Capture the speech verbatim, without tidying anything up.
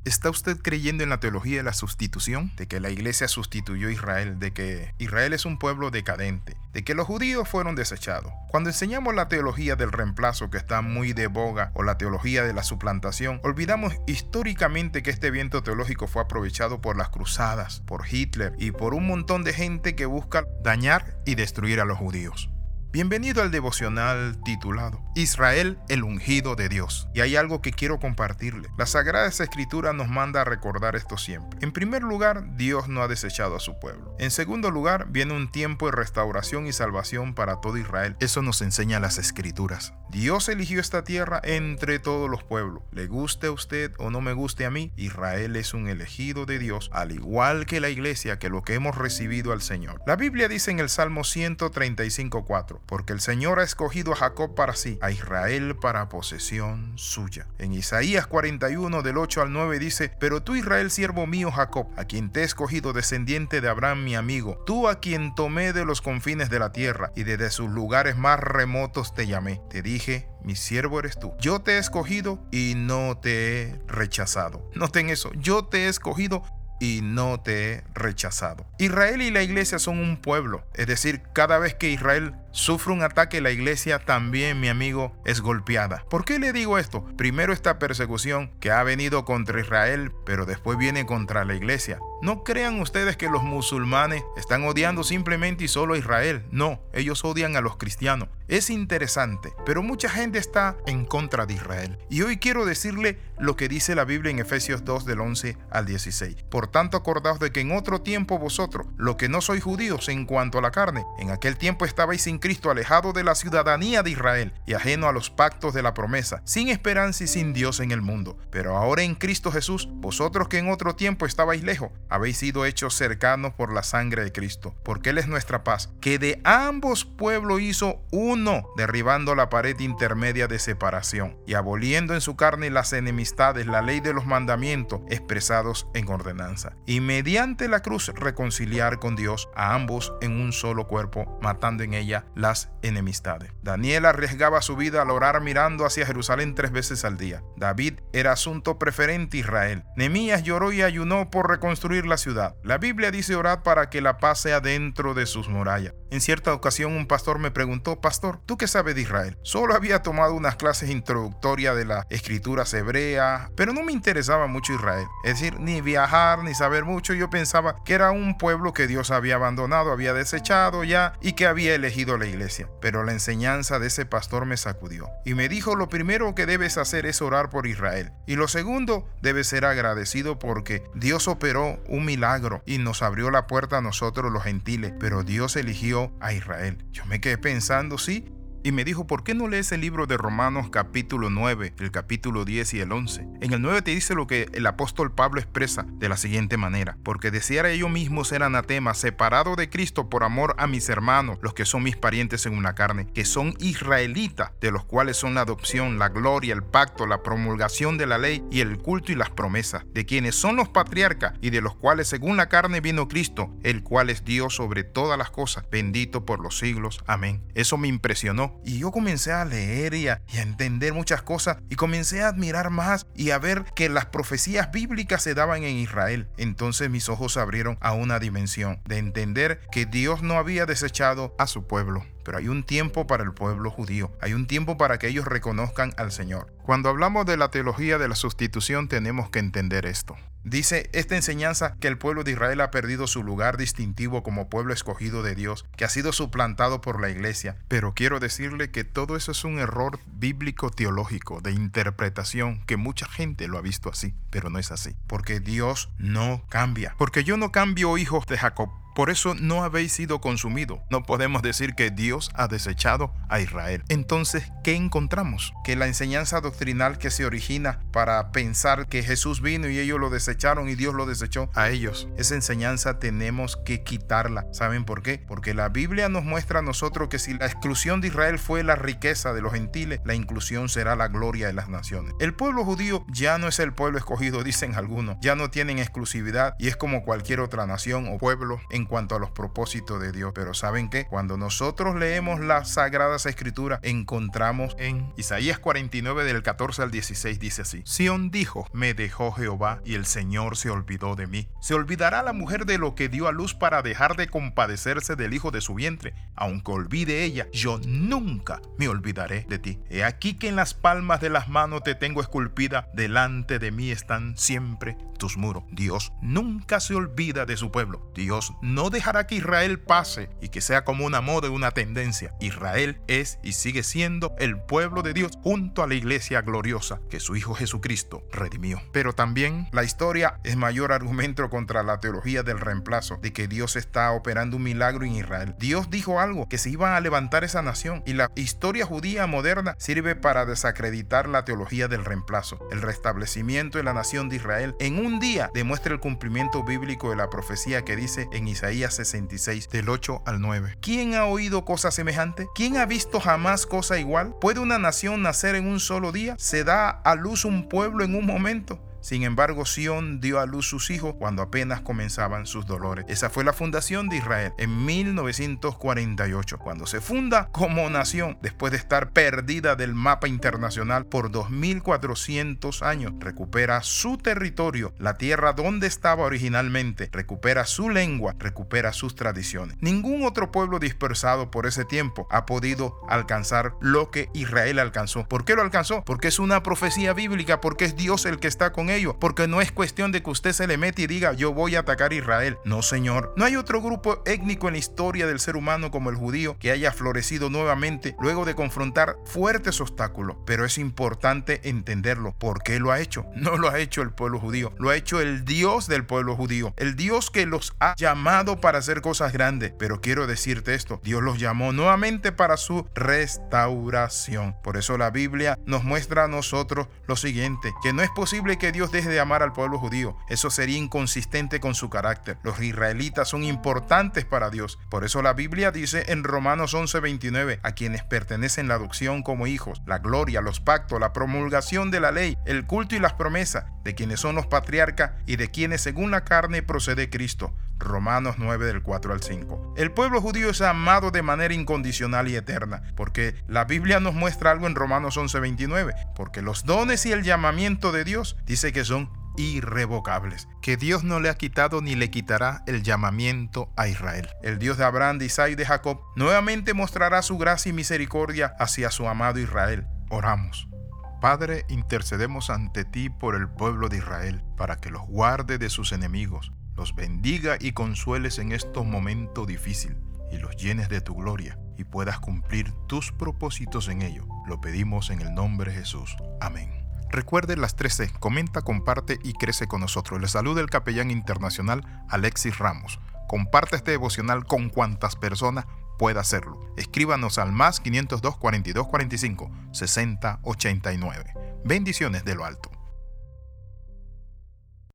¿Está usted creyendo en la teología de la sustitución? De que la iglesia sustituyó a Israel, de que Israel es un pueblo decadente, de que los judíos fueron desechados. Cuando enseñamos la teología del reemplazo, que está muy de boga, o la teología de la suplantación, olvidamos históricamente que este viento teológico fue aprovechado por las cruzadas, por Hitler y por un montón de gente que busca dañar y destruir a los judíos. Bienvenido al devocional titulado Israel, el ungido de Dios. Y hay algo que quiero compartirle. La Sagrada Escritura nos manda a recordar esto siempre. En primer lugar, Dios no ha desechado a su pueblo. En segundo lugar, viene un tiempo de restauración y salvación para todo Israel. Eso nos enseña las Escrituras. Dios eligió esta tierra entre todos los pueblos. Le guste a usted o no me guste a mí, Israel es un elegido de Dios, al igual que la iglesia, que lo que hemos recibido al Señor. La Biblia dice en el Salmo ciento treinta y cinco, cuatro, porque el Señor ha escogido a Jacob para sí, a Israel para posesión suya. En Isaías cuarenta y uno, del ocho al nueve dice, pero tú, Israel, siervo mío Jacob, a quien te he escogido, descendiente de Abraham mi amigo, tú a quien tomé de los confines de la tierra, y desde sus lugares más remotos te llamé. Te dije, mi siervo eres tú. Yo te he escogido y no te he rechazado. Noten eso, yo te he escogido y no te he rechazado. Israel y la iglesia son un pueblo, es decir, cada vez que Israel sufre un ataque, la iglesia también, mi amigo, es golpeada. ¿Por qué le digo esto? Primero, esta persecución que ha venido contra Israel, pero después viene contra la iglesia. No crean ustedes que los musulmanes están odiando simplemente y solo a Israel. No, ellos odian a los cristianos. Es interesante, pero mucha gente está en contra de Israel. Y hoy quiero decirle lo que dice la Biblia en Efesios dos, del once al dieciséis. Por tanto, acordaos de que en otro tiempo vosotros, los que no sois judíos en cuanto a la carne, en aquel tiempo estabais sin Cristo, alejado de la ciudadanía de Israel y ajeno a los pactos de la promesa, sin esperanza y sin Dios en el mundo. Pero ahora en Cristo Jesús, vosotros que en otro tiempo estabais lejos, habéis sido hechos cercanos por la sangre de Cristo, porque Él es nuestra paz, que de ambos pueblos hizo uno, derribando la pared intermedia de separación y aboliendo en su carne las enemistades, la ley de los mandamientos expresados en ordenanza, y mediante la cruz reconciliar con Dios a ambos en un solo cuerpo, matando en ella las enemistades. Daniel arriesgaba su vida al orar mirando hacia Jerusalén tres veces al día. David era asunto preferente Israel. Nehemías lloró y ayunó por reconstruir la ciudad. La Biblia dice orar para que la paz sea dentro de sus murallas. En cierta ocasión un pastor me preguntó, pastor, ¿tú qué sabes de Israel? Solo había tomado unas clases introductorias de las escrituras hebreas, pero no me interesaba mucho Israel. Es decir, ni viajar, ni saber mucho. Yo pensaba que era un pueblo que Dios había abandonado, había desechado ya y que había elegido la iglesia. Pero la enseñanza de ese pastor me sacudió y me dijo, lo primero que debes hacer es orar por Israel, y lo segundo, debes ser agradecido porque Dios operó un milagro y nos abrió la puerta a nosotros los gentiles, pero Dios eligió a Israel. Yo me quedé pensando, sí. Y me dijo, ¿por qué no lees el libro de Romanos capítulo nueve, el capítulo diez y el once? En el nueve te dice lo que el apóstol Pablo expresa de la siguiente manera: porque deseara ellos mismos ser anatema, separado de Cristo por amor a mis hermanos, los que son mis parientes en una carne, que son israelitas, de los cuales son la adopción, la gloria, el pacto, la promulgación de la ley y el culto y las promesas, de quienes son los patriarcas y de los cuales según la carne vino Cristo, el cual es Dios sobre todas las cosas, bendito por los siglos. Amén. Eso me impresionó. Y yo comencé a leer y a, y a entender muchas cosas, y comencé a admirar más y a ver que las profecías bíblicas se daban en Israel. Entonces mis ojos se abrieron a una dimensión de entender que Dios no había desechado a su pueblo. Pero hay un tiempo para el pueblo judío, hay un tiempo para que ellos reconozcan al Señor. Cuando hablamos de la teología de la sustitución, tenemos que entender esto. Dice esta enseñanza que el pueblo de Israel ha perdido su lugar distintivo como pueblo escogido de Dios, que ha sido suplantado por la iglesia. Pero quiero decirle que todo eso es un error bíblico teológico de interpretación, que mucha gente lo ha visto así, pero no es así. Porque Dios no cambia. Porque yo no cambio, hijos de Jacob. Por eso no habéis sido consumidos. No podemos decir que Dios ha desechado a Israel. Entonces, ¿qué encontramos? Que la enseñanza doctrinal que se origina para pensar que Jesús vino y ellos lo desecharon y Dios lo desechó a ellos, esa enseñanza tenemos que quitarla. ¿Saben por qué? Porque la Biblia nos muestra a nosotros que si la exclusión de Israel fue la riqueza de los gentiles, la inclusión será la gloria de las naciones. El pueblo judío ya no es el pueblo escogido, dicen algunos. Ya no tienen exclusividad y es como cualquier otra nación o pueblo en cuanto a los propósitos de Dios. Pero ¿saben qué? Cuando nosotros leemos las Sagradas Escrituras, encontramos en Isaías cuarenta y nueve del catorce al dieciséis, dice así: Sión dijo, me dejó Jehová y el Señor se olvidó de mí. ¿Se olvidará la mujer de lo que dio a luz para dejar de compadecerse del hijo de su vientre? Aunque olvide ella, yo nunca me olvidaré de ti. He aquí que en las palmas de las manos te tengo esculpida, delante de mí están siempre tus muros. Dios nunca se olvida de su pueblo. Dios no dejará que Israel pase y que sea como una moda y una tendencia. Israel es y sigue siendo el pueblo de Dios junto a la iglesia gloriosa que su Hijo Jesucristo redimió. Pero también la historia es mayor argumento contra la teología del reemplazo, de que Dios está operando un milagro en Israel. Dios dijo algo, que se iba a levantar esa nación, y la historia judía moderna sirve para desacreditar la teología del reemplazo. El restablecimiento de la nación de Israel en un Un día demuestra el cumplimiento bíblico de la profecía que dice en Isaías sesenta y seis del ocho al nueve. ¿Quién ha oído cosa semejante? ¿Quién ha visto jamás cosa igual? ¿Puede una nación nacer en un solo día? ¿Se da a luz un pueblo en un momento? Sin embargo, Sión dio a luz sus hijos cuando apenas comenzaban sus dolores. Esa fue la fundación de Israel en mil novecientos cuarenta y ocho, cuando se funda como nación después de estar perdida del mapa internacional por dos mil cuatrocientos años. Recupera su territorio, la tierra donde estaba originalmente, recupera su lengua, recupera sus tradiciones. Ningún otro pueblo dispersado por ese tiempo ha podido alcanzar lo que Israel alcanzó. ¿Por qué lo alcanzó? Porque es una profecía bíblica, porque es Dios el que está con ellos, porque no es cuestión de que usted se le mete y diga yo voy a atacar a Israel. No, señor. No hay otro grupo étnico en la historia del ser humano como el judío que haya florecido nuevamente luego de confrontar fuertes obstáculos. Pero es importante entenderlo. ¿Por qué lo ha hecho? No lo ha hecho el pueblo judío, lo ha hecho el Dios del pueblo judío, el Dios que los ha llamado para hacer cosas grandes. Pero quiero decirte esto, Dios los llamó nuevamente para su restauración. Por eso la Biblia nos muestra a nosotros lo siguiente, que no es posible que Dios Dios deje de amar al pueblo judío. Eso sería inconsistente con su carácter. Los israelitas son importantes para Dios. Por eso la Biblia dice en Romanos once veintinueve, a quienes pertenecen la adopción como hijos, la gloria, los pactos, la promulgación de la ley, el culto y las promesas, de quienes son los patriarcas y de quienes según la carne procede Cristo. Romanos nueve del cuatro al cinco. El pueblo judío es amado de manera incondicional y eterna, porque la Biblia nos muestra algo en Romanos once veintinueve, porque los dones y el llamamiento de Dios dice que son irrevocables, que Dios no le ha quitado ni le quitará el llamamiento a Israel. El Dios de Abraham, de Isaac y de Jacob nuevamente mostrará su gracia y misericordia hacia su amado Israel. Oramos. Padre, intercedemos ante ti por el pueblo de Israel, para que los guarde de sus enemigos, los bendiga y consueles en estos momentos difíciles, y los llenes de tu gloria, y puedas cumplir tus propósitos en ello. Lo pedimos en el nombre de Jesús. Amén. Recuerde las tres C, comenta, comparte y crece con nosotros. Le saluda el capellán internacional Alexis Ramos. Comparte este devocional con cuantas personas pueda hacerlo. Escríbanos al más quinientos dos, cuarenta y dos, cuarenta y cinco, sesenta, ochenta y nueve. Bendiciones de lo alto.